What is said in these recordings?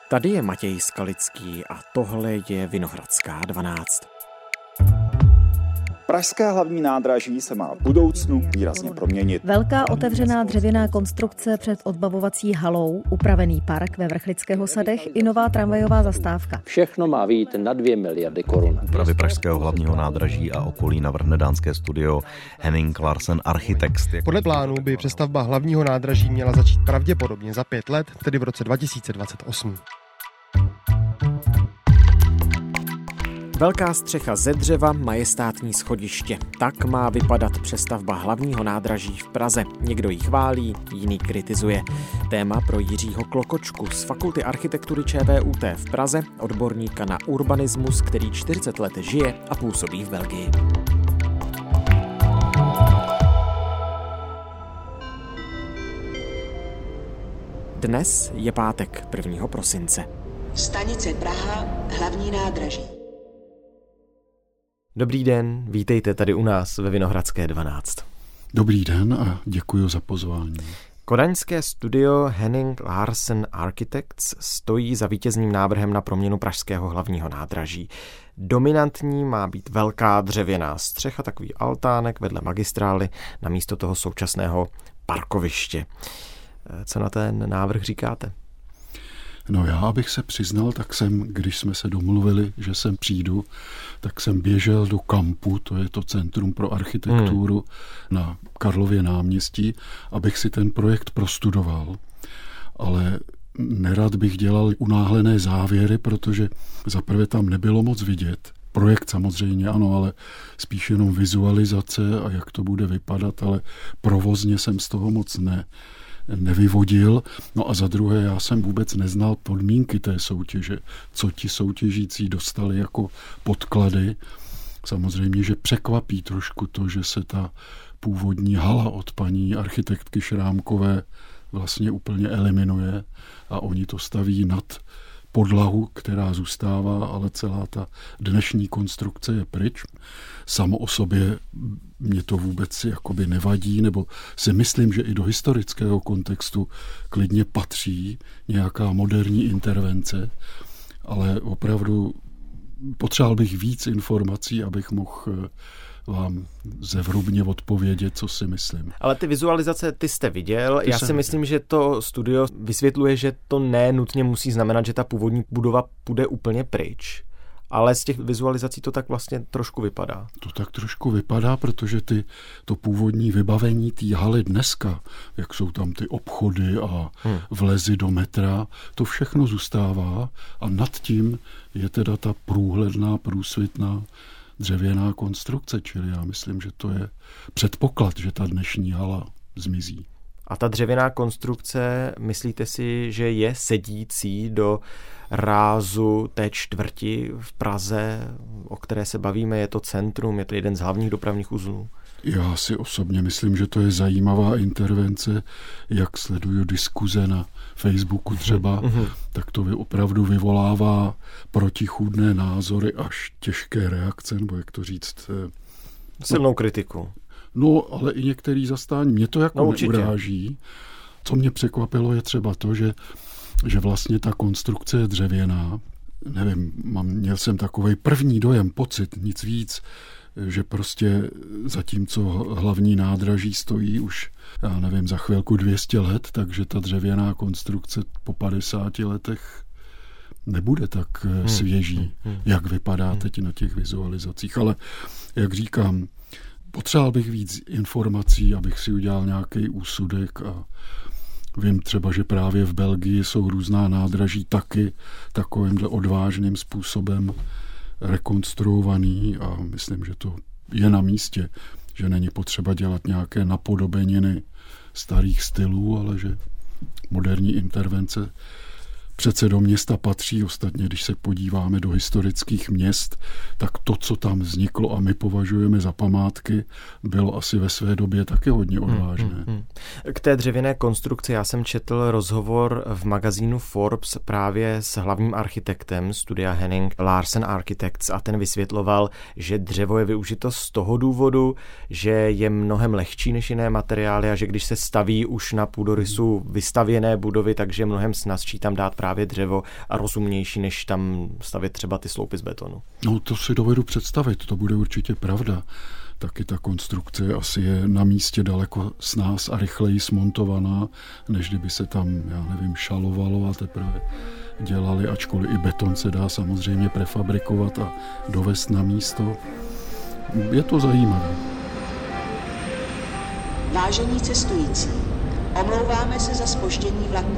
Tady je Matěj Skalický a tohle je Vinohradská 12. Pražské hlavní nádraží se má v budoucnu výrazně proměnit. Velká otevřená dřevěná konstrukce před odbavovací halou, upravený park ve Vrchlického sadech i nová tramvajová zastávka. Všechno má vyjít na 2 miliardy korun. Úpravy pražského hlavního nádraží a okolí navrhne dánské studio Henning Larsen Architects. Podle plánu by přestavba hlavního nádraží měla začít pravděpodobně za 5 let, tedy v roce 2028. Velká střecha ze dřeva, majestátní schodiště. Tak má vypadat přestavba hlavního nádraží v Praze. Někdo ji chválí, jiný kritizuje. Téma pro Jiřího Klokočku z Fakulty architektury ČVUT v Praze, odborníka na urbanismus, který 40 let žije a působí v Belgii. Dnes je pátek 1. prosince. Stanice Praha, hlavní nádraží. Dobrý den, vítejte tady u nás ve Vinohradské 12. Dobrý den a děkuji za pozvání. Kodaňské studio Henning Larsen Architects stojí za vítězným návrhem na proměnu pražského hlavního nádraží. Dominantní má být velká dřevěná střecha, takový altánek vedle magistrály namísto toho současného parkoviště. Co na ten návrh říkáte? No já, abych se přiznal, tak když jsme se domluvili, že sem přijdu, tak jsem běžel do kampu, to je to Centrum pro architekturu na Karlově náměstí, abych si ten projekt prostudoval. Ale nerad bych dělal unáhlené závěry, protože zaprvé tam nebylo moc vidět. Projekt samozřejmě ano, ale spíš jenom vizualizace a jak to bude vypadat, ale provozně jsem z toho moc nevyvodil. No a za druhé, já jsem vůbec neznal podmínky té soutěže, co ti soutěžící dostali jako podklady. Samozřejmě, že překvapí trošku to, že se ta původní hala od paní architektky Šrámkové vlastně úplně eliminuje a oni to staví nad podlahu, která zůstává, ale celá ta dnešní konstrukce je pryč. Samo o sobě mě to vůbec jakoby nevadí, nebo si myslím, že i do historického kontextu klidně patří nějaká moderní intervence, ale opravdu potřeboval bych víc informací, abych mohl vám zevrubně odpovědět, co si myslím. Ale ty vizualizace, ty jste viděl. Já si myslím, že to studio vysvětluje, že to nutně musí znamenat, že ta původní budova půjde úplně pryč. Ale z těch vizualizací to tak vlastně trošku vypadá. To tak trošku vypadá, protože to původní vybavení té haly dneska, jak jsou tam ty obchody a vlezy do metra, to všechno zůstává a nad tím je teda ta průhledná, průsvitná dřevěná konstrukce, čili já myslím, že to je předpoklad, že ta dnešní hala zmizí. A ta dřevěná konstrukce, myslíte si, že je sedící do rázu té čtvrti v Praze, o které se bavíme, je to centrum, je to jeden z hlavních dopravních uzlů? Já si osobně myslím, že to je zajímavá intervence, jak sleduju diskuze na Facebooku třeba, tak to opravdu vyvolává protichůdné názory až těžké reakce, nebo jak to říct? Silnou kritiku. No, ale i některý zastání. Mě to jako neuráží. Co mě překvapilo je třeba to, že vlastně ta konstrukce je dřevěná. Nevím, měl jsem takovej první dojem, pocit, nic víc, že prostě zatímco hlavní nádraží stojí už, já nevím, za chvilku 200 let, takže ta dřevěná konstrukce po 50 letech nebude tak svěží, jak vypadá teď na těch vizualizacích. Ale jak říkám, potřeboval bych víc informací, abych si udělal nějaký úsudek a vím třeba, že právě v Belgii jsou různá nádraží taky takovýmhle odvážným způsobem rekonstruovaný a myslím, že to je na místě, že není potřeba dělat nějaké napodobeniny starých stylů, ale že moderní intervence přece do města patří. Ostatně, když se podíváme do historických měst, tak to, co tam vzniklo a my považujeme za památky, bylo asi ve své době taky hodně odvážné. K té dřevěné konstrukci já jsem četl rozhovor v magazínu Forbes právě s hlavním architektem studia Henning Larsen Architects a ten vysvětloval, že dřevo je využito z toho důvodu, že je mnohem lehčí než jiné materiály a že když se staví už na půdorysu vystavěné budovy, takže mnohem snazší tam dát právě dřevo a rozumnější, než tam stavět třeba ty sloupy z betonu. No to si dovedu představit, to bude určitě pravda. Taky ta konstrukce asi je na místě daleko snáz a rychleji smontovaná, než kdyby se tam, šalovalo a teprve dělali, ačkoliv i beton se dá samozřejmě prefabrikovat a dovést na místo. Je to zajímavé. Vážení cestující, omlouváme se za zpoždění vlaku.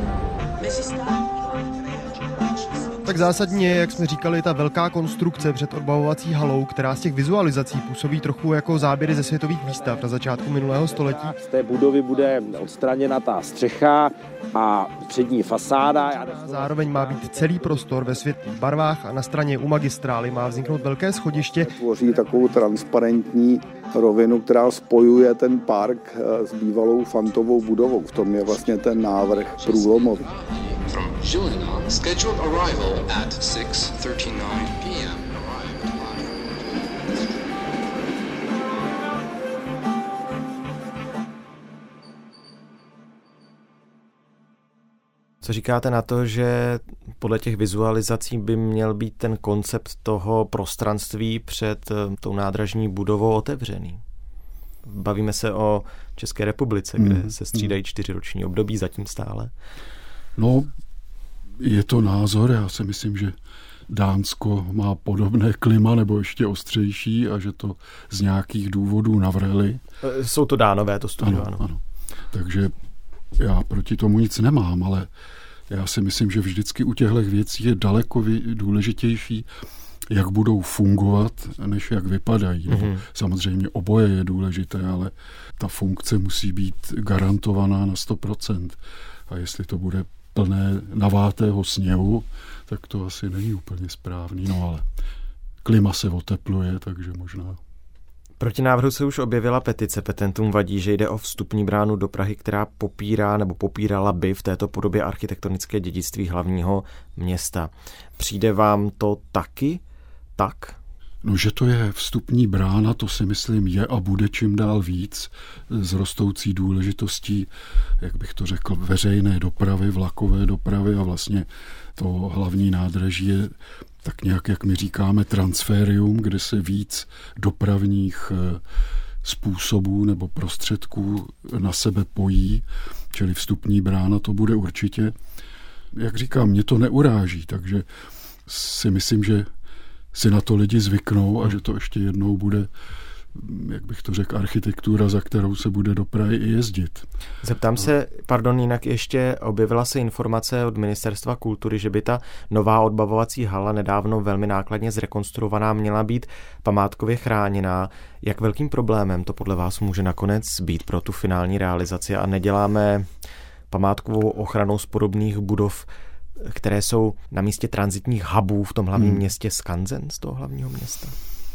Tak zásadně je, jak jsme říkali, ta velká konstrukce před odbavovací halou, která z těch vizualizací působí trochu jako záběry ze světových výstav na začátku minulého století. Z té budovy bude odstraněna ta střecha a přední fasáda. Zároveň má být celý prostor ve světlých barvách a na straně u magistrály má vzniknout velké schodiště. Tvoří takovou transparentní rovinu, která spojuje ten park s bývalou Fantovou budovou. V tom je vlastně ten návrh průlomový. From Žilina, scheduled arrival at 6:39 p.m. Co říkáte na to, že podle těch vizualizací by měl být ten koncept toho prostranství před tou nádražní budovou otevřený? Bavíme se o České republice, kde se střídají 4roční období zatím stále. No, je to názor, já si myslím, že Dánsko má podobné klima nebo ještě ostřejší a že to z nějakých důvodů navrhli. Jsou to Dánové, to studio, ano. Takže já proti tomu nic nemám, ale já si myslím, že vždycky u těchto věcí je daleko důležitější, jak budou fungovat, než jak vypadají. Samozřejmě oboje je důležité, ale ta funkce musí být garantovaná na 100%. A jestli to bude plné navátého sněhu, tak to asi není úplně správný. No ale klima se otepluje, takže možná. Proti návrhu se už objevila petice. Petentům vadí, že jde o vstupní bránu do Prahy, která popírá nebo popírala by v této podobě architektonické dědictví hlavního města. Přijde vám to taky tak? No, že to je vstupní brána, to si myslím je a bude čím dál víc s rostoucí důležitostí, jak bych to řekl, veřejné dopravy, vlakové dopravy a vlastně to hlavní nádraží je tak nějak, jak my říkáme, transferium, kde se víc dopravních způsobů nebo prostředků na sebe pojí, čili vstupní brána to bude určitě. Jak říkám, mě to neuráží, takže si myslím, že si na to lidi zvyknou a že to ještě jednou bude, jak bych to řekl, architektura, za kterou se bude do Prahy i jezdit. Zeptám se, jinak ještě objevila se informace od Ministerstva kultury, že by ta nová odbavovací hala, nedávno velmi nákladně zrekonstruovaná, měla být památkově chráněná. Jak velkým problémem to podle vás může nakonec být pro tu finální realizaci a neděláme památkovou ochranou z podobných budov, které jsou na místě tranzitních hubů v tom hlavním městě, skanzen z toho hlavního města?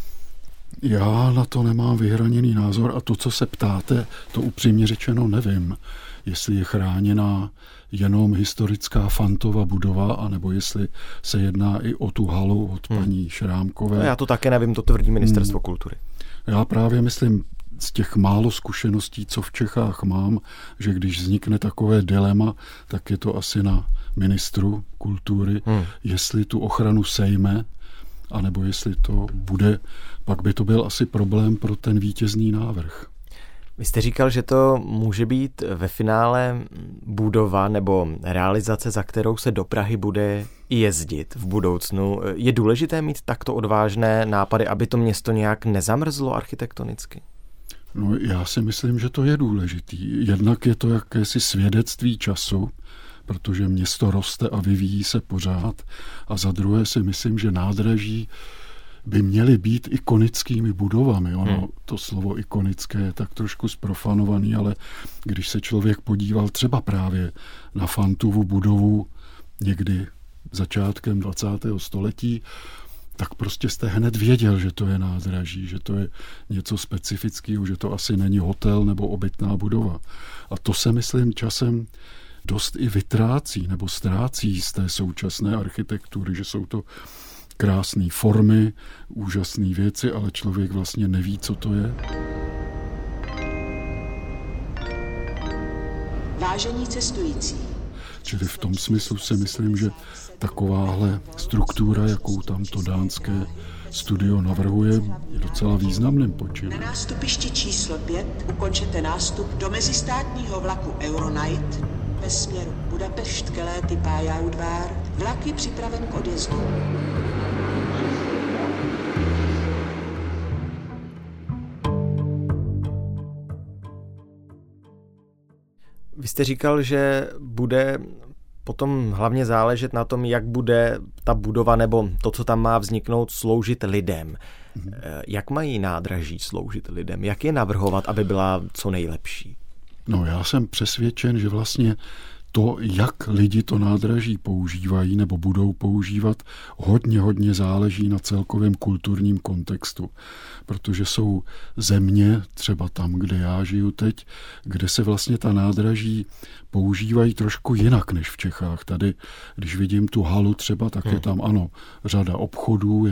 Já na to nemám vyhraněný názor a to, co se ptáte, to upřímně řečeno nevím. Jestli je chráněná jenom historická Fantova budova, anebo jestli se jedná i o tu halu od paní Šrámkové. No já to také nevím, to tvrdí Ministerstvo kultury. Já právě myslím, z těch málo zkušeností, co v Čechách mám, že když vznikne takové dilema, tak je to asi na ministru kultury, jestli tu ochranu sejme, anebo jestli to bude, pak by to byl asi problém pro ten vítězný návrh. Vy jste říkal, že to může být ve finále budova nebo realizace, za kterou se do Prahy bude jezdit v budoucnu. Je důležité mít takto odvážné nápady, aby to město nějak nezamrzlo architektonicky? No, já si myslím, že to je důležitý. Jednak je to jakési svědectví času, protože město roste a vyvíjí se pořád. A za druhé si myslím, že nádraží by měly být ikonickými budovami. Ono, to slovo ikonické je tak trošku zprofanovaný, ale když se člověk podíval třeba právě na Fantovu budovu někdy začátkem 20. století, tak prostě jste hned věděl, že to je nádraží, že to je něco specifického, že to asi není hotel nebo obytná budova. A to se, myslím, časem dost i vytrácí nebo ztrácí z té současné architektury, že jsou to krásné formy, úžasné věci, ale člověk vlastně neví, co to je. Vážení cestující. Čili v tom smyslu si myslím, že takováhle struktura, jakou tam to dánské studio navrhuje, je docela významným počinem. Na nástupišti číslo 5 ukončete nástup do mezistátního vlaku Euronight ve směru Budapešť, Keleti, Pályaudvar. Vlak je připraven k odjezdu. Vy jste říkal, že bude potom hlavně záležet na tom, jak bude ta budova nebo to, co tam má vzniknout, sloužit lidem. Jak mají nádraží sloužit lidem? Jak je navrhovat, aby byla co nejlepší? No, já jsem přesvědčen, že vlastně to, jak lidi to nádraží používají nebo budou používat, hodně záleží na celkovém kulturním kontextu. Protože jsou země, třeba tam, kde já žiju teď, kde se vlastně ta nádraží používají trošku jinak než v Čechách. Tady, když vidím tu halu třeba, tak je tam, ano, řada obchodů,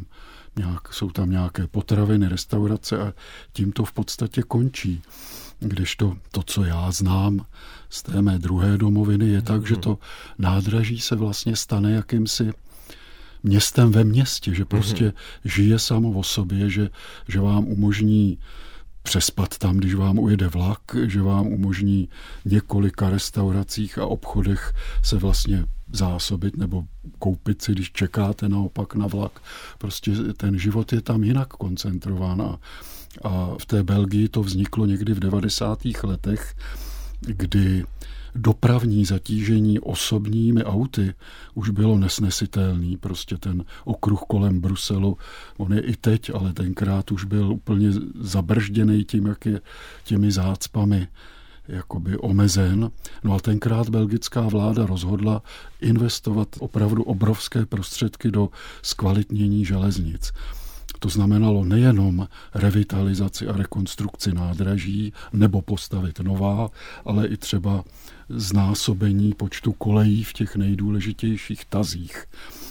jsou tam nějaké potraviny, restaurace a tím to v podstatě končí. Kdežto to, co já znám z té mé druhé domoviny, je tak, že to nádraží se vlastně stane jakýmsi městem ve městě, že prostě žije samo o sobě, že vám umožní přespat tam, když vám ujede vlak, že vám umožní několika restauracích a obchodech se vlastně zásobit nebo koupit si, když čekáte naopak na vlak. Prostě ten život je tam jinak koncentrován a v té Belgii to vzniklo někdy v 90. letech, kdy dopravní zatížení osobními auty už bylo nesnesitelný. Prostě ten okruh kolem Bruselu, on je i teď, ale tenkrát už byl úplně zabržděný tím, jak je těmi zácpami jakoby omezen. No a tenkrát belgická vláda rozhodla investovat opravdu obrovské prostředky do zkvalitnění železnic. To znamenalo nejenom revitalizaci a rekonstrukci nádraží nebo postavit nová, ale i třeba znásobení počtu kolejí v těch nejdůležitějších tazích.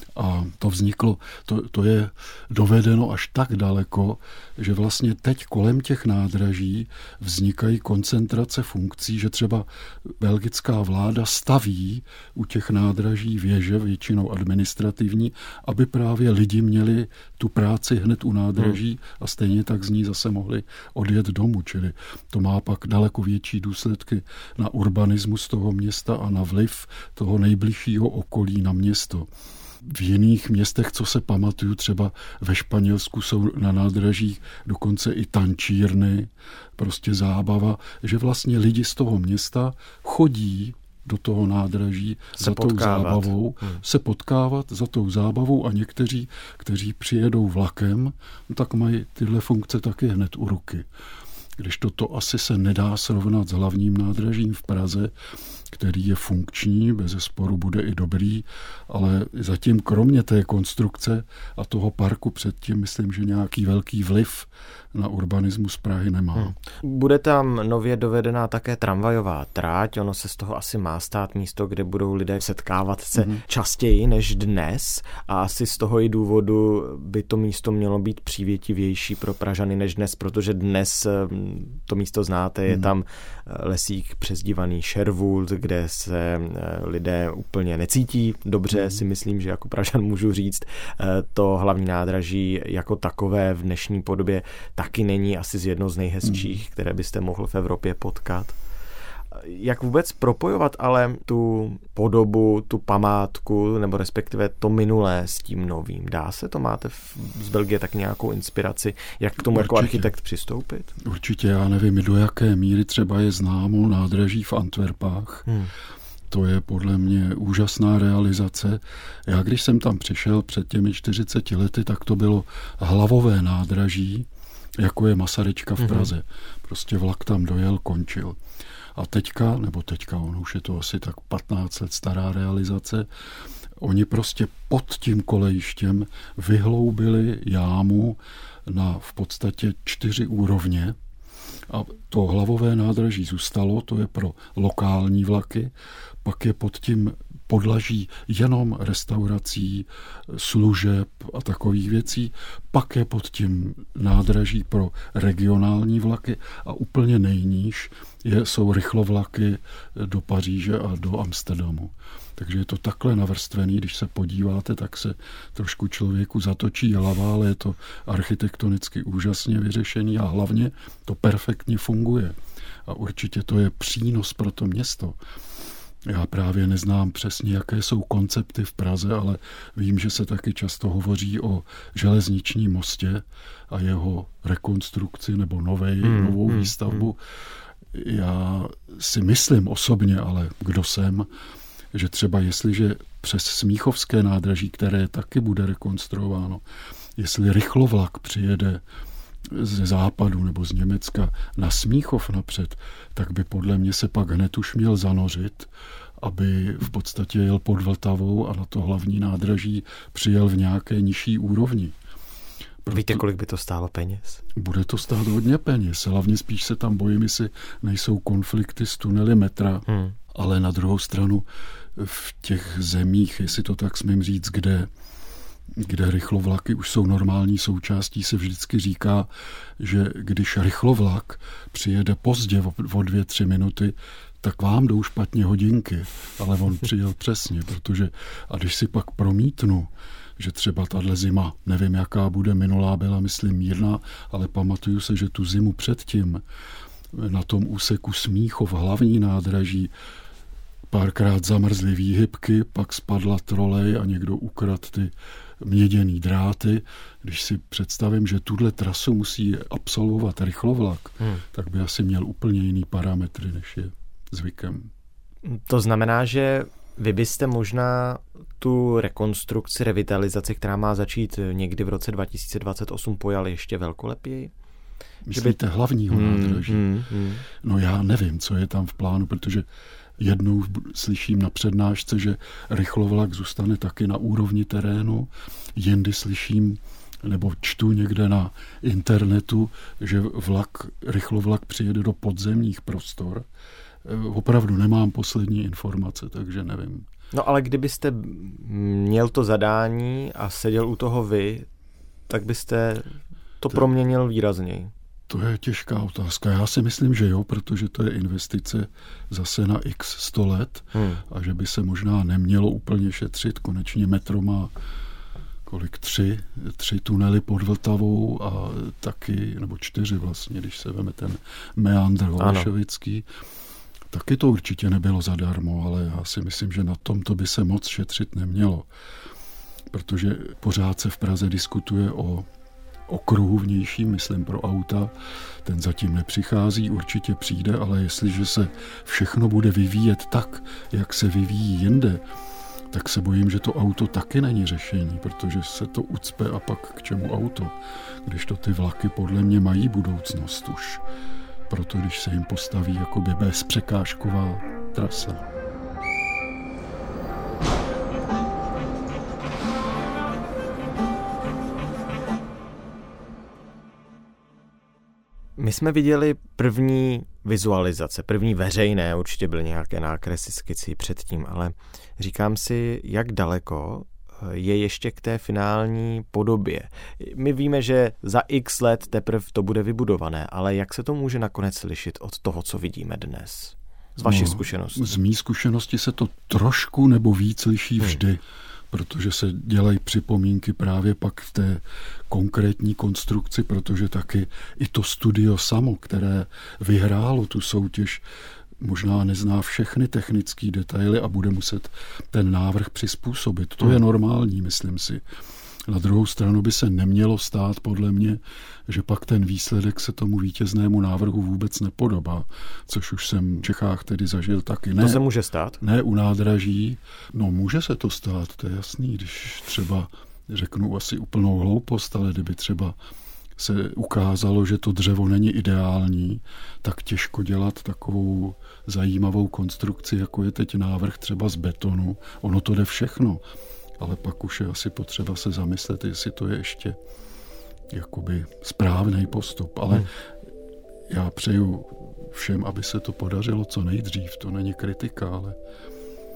A to vzniklo, to je dovedeno až tak daleko, že vlastně teď kolem těch nádraží vznikají koncentrace funkcí, že třeba belgická vláda staví u těch nádraží věže, většinou administrativní, aby právě lidi měli tu práci hned u nádraží a stejně tak z ní zase mohli odjet domů. Čili to má pak daleko větší důsledky na urbanismus toho města a na vliv toho nejbližšího okolí na město. V jiných městech, co se pamatuju, třeba ve Španělsku jsou na nádražích dokonce i tančírny, prostě zábava, že vlastně lidi z toho města chodí do toho nádraží za tou zábavou, se potkávat za tou zábavou a někteří, kteří přijedou vlakem, tak mají tyhle funkce taky hned u ruky. Když to asi se nedá srovnat s hlavním nádražím v Praze, který je funkční, bezesporu bude i dobrý, ale zatím kromě té konstrukce a toho parku předtím, myslím, že nějaký velký vliv na urbanismus Prahy nemá. Bude tam nově dovedená také tramvajová tráť, ono se z toho asi má stát místo, kde budou lidé setkávat se častěji než dnes a asi z toho i důvodu by to místo mělo být přívětivější pro Pražany než dnes, protože dnes to místo znáte, je tam lesík přezdívaný Sherwood, kde se lidé úplně necítí dobře, si myslím, že jako Pražan můžu říct. To hlavní nádraží jako takové v dnešní podobě taky není asi z jednou z nejhezčích, které byste mohl v Evropě potkat. Jak vůbec propojovat ale tu podobu, tu památku, nebo respektive to minulé s tím novým? Dá se to? Máte z Belgie tak nějakou inspiraci, jak k tomu jako architekt přistoupit? Určitě, já nevím, do jaké míry třeba je známo nádraží v Antwerpách. To je podle mě úžasná realizace. Já když jsem tam přišel před těmi 40 lety, tak to bylo hlavové nádraží, jako je Masaryčka v Praze. Prostě vlak tam dojel, končil. A teďka, on už je to asi tak 15 let stará realizace, oni prostě pod tím kolejištěm vyhloubili jámu na v podstatě 4 úrovně a to hlavové nádraží zůstalo, to je pro lokální vlaky, pak je pod tím podlaží jenom restaurací, služeb a takových věcí. Pak je pod tím nádraží pro regionální vlaky a úplně nejníž jsou rychlovlaky do Paříže a do Amsterdamu. Takže je to takhle navrstvený, když se podíváte, tak se trošku člověku zatočí hlava, ale je to architektonicky úžasně vyřešený a hlavně to perfektně funguje. A určitě to je přínos pro to město. Já právě neznám přesně, jaké jsou koncepty v Praze, ale vím, že se taky často hovoří o železničním mostě a jeho rekonstrukci nebo novou výstavbu. Já si myslím osobně, ale kdo jsem, že třeba jestliže přes Smíchovské nádraží, které taky bude rekonstruováno, jestli rychlovlak přijede ze západu nebo z Německa na Smíchov napřed, tak by podle mě se pak hned už měl zanořit, aby v podstatě jel pod Vltavou a na to hlavní nádraží přijel v nějaké nižší úrovni. Víte, kolik by to stálo peněz? Bude to stát hodně peněz. Hlavně spíš se tam bojím, jestli nejsou konflikty s tunely metra, ale na druhou stranu v těch zemích, jestli to tak smím říct, kde rychlovlaky už jsou normální součástí, se vždycky říká, že když rychlovlak přijede pozdě o 2-3 minuty, tak vám jdou špatně hodinky, ale on přijel přesně, a když si pak promítnu, že třeba tahle zima, nevím jaká bude, minulá byla, myslím, mírná, ale pamatuju se, že tu zimu předtím na tom úseku Smíchov, hlavní nádraží, párkrát zamrzly výhybky, pak spadla trolej a někdo ukradl ty měděný dráty. Když si představím, že tuhle trasu musí absolvovat rychlovlak, tak by asi měl úplně jiný parametry, než je zvykem. To znamená, že vy byste možná tu rekonstrukci, revitalizaci, která má začít někdy v roce 2028, pojali ještě velkolepěji? Myslíte hlavního nádraží? No já nevím, co je tam v plánu, protože jednou slyším na přednášce, že rychlovlak zůstane taky na úrovni terénu, jindy slyším nebo čtu někde na internetu, že rychlovlak přijede do podzemních prostor. Opravdu nemám poslední informace, takže nevím. No ale kdybyste měl to zadání a seděl u toho vy, tak byste to proměnil výrazněji. To je těžká otázka. Já si myslím, že jo, protože to je investice zase na x 100 let a že by se možná nemělo úplně šetřit. Konečně metro má tři tunely pod Vltavou a taky, nebo 4 vlastně, když se veme ten meandr Holešovický. Taky to určitě nebylo zadarmo, ale já si myslím, že na tomto by se moc šetřit nemělo. Protože pořád se v Praze diskutuje o okruhu vnějším, myslím pro auta. Ten zatím nepřichází, určitě přijde, ale jestliže se všechno bude vyvíjet tak, jak se vyvíjí jinde, tak se bojím, že to auto taky není řešení, protože se to ucpe a pak k čemu auto. Když to ty vlaky podle mě mají budoucnost už. Proto když se jim postaví jakoby bezpřekážková trasa. My jsme viděli první vizualizace, první veřejné, určitě byly nějaké nákresy, skici předtím, ale říkám si, jak daleko je ještě k té finální podobě. My víme, že za x let teprve to bude vybudované, ale jak se to může nakonec lišit od toho, co vidíme dnes? Z vašich zkušeností. Z mých zkušenosti se to trošku nebo víc liší vždy, protože se dělají připomínky právě pak v té konkrétní konstrukci, protože taky i to studio samo, které vyhrálo tu soutěž, možná nezná všechny technické detaily a bude muset ten návrh přizpůsobit. To je normální, myslím si. Na druhou stranu by se nemělo stát, podle mě, že pak ten výsledek se tomu vítěznému návrhu vůbec nepodobá, což už jsem v Čechách tedy zažil taky. To se může stát? Ne u nádraží. No může se to stát, to je jasný, když třeba řeknu asi úplnou hloupost, ale kdyby třeba se ukázalo, že to dřevo není ideální, tak těžko dělat takovou zajímavou konstrukci, jako je teď návrh třeba z betonu. Ono to jde všechno, ale pak už je asi potřeba se zamyslet, jestli to je ještě jakoby správný postup. Ale já přeju všem, aby se to podařilo co nejdřív. To není kritika,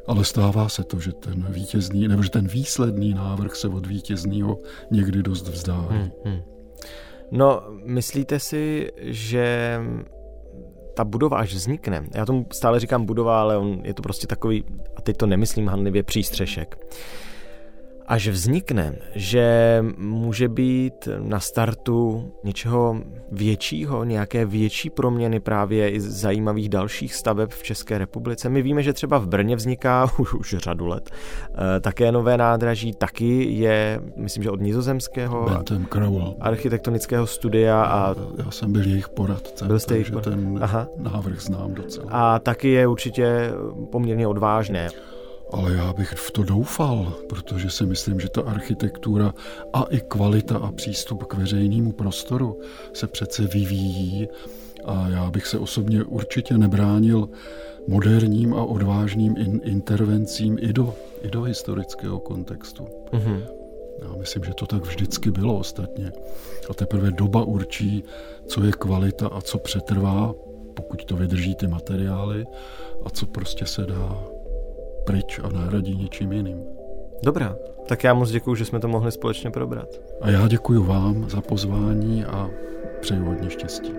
Ale stává se to, že ten vítězný, nebo že ten výsledný návrh se od vítězného někdy dost vzdálí. No, myslíte si, že ta budova, až vznikne, já tomu stále říkám budova, ale je to prostě takový, a teď to nemyslím hanlivě, přístřešek. Až vznikne, že může být na startu něčeho většího, nějaké větší proměny právě i zajímavých dalších staveb v České republice. My víme, že třeba v Brně vzniká už řadu let také nové nádraží, taky je, myslím, že od nizozemského Bentham Crowell architektonického studia. A já jsem byl jejich poradce, takže ten návrh znám docela. A taky je určitě poměrně odvážné. Ale já bych v to doufal, protože si myslím, že ta architektura a i kvalita a přístup k veřejnému prostoru se přece vyvíjí a já bych se osobně určitě nebránil moderním a odvážným intervencím i do historického kontextu. Já myslím, že to tak vždycky bylo ostatně. A teprve doba určí, co je kvalita a co přetrvá, pokud to vydrží ty materiály, a co prostě se dá pryč a nahradí něčím jiným. Dobrá, tak já moc děkuju, že jsme to mohli společně probrat. A já děkuju vám za pozvání a přeju hodně štěstí.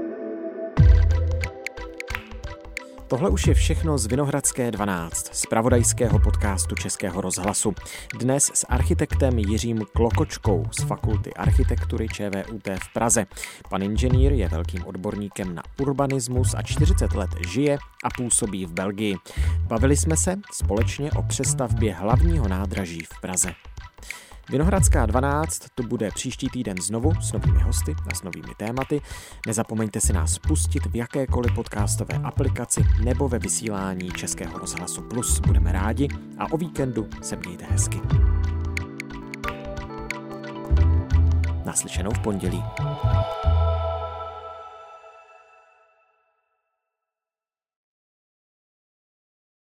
Tohle už je všechno z Vinohradské 12, zpravodajského podcastu Českého rozhlasu. Dnes s architektem Jiřím Klokočkou z Fakulty architektury ČVUT v Praze. Pan inženýr je velkým odborníkem na urbanismus a 40 let žije a působí v Belgii. Bavili jsme se společně o přestavbě hlavního nádraží v Praze. Vinohradská 12 to bude příští týden znovu s novými hosty a s novými tématy. Nezapomeňte si nás pustit v jakékoliv podcastové aplikaci nebo ve vysílání Českého rozhlasu Plus. Budeme rádi a o víkendu se mějte hezky. Naslyšenou v pondělí.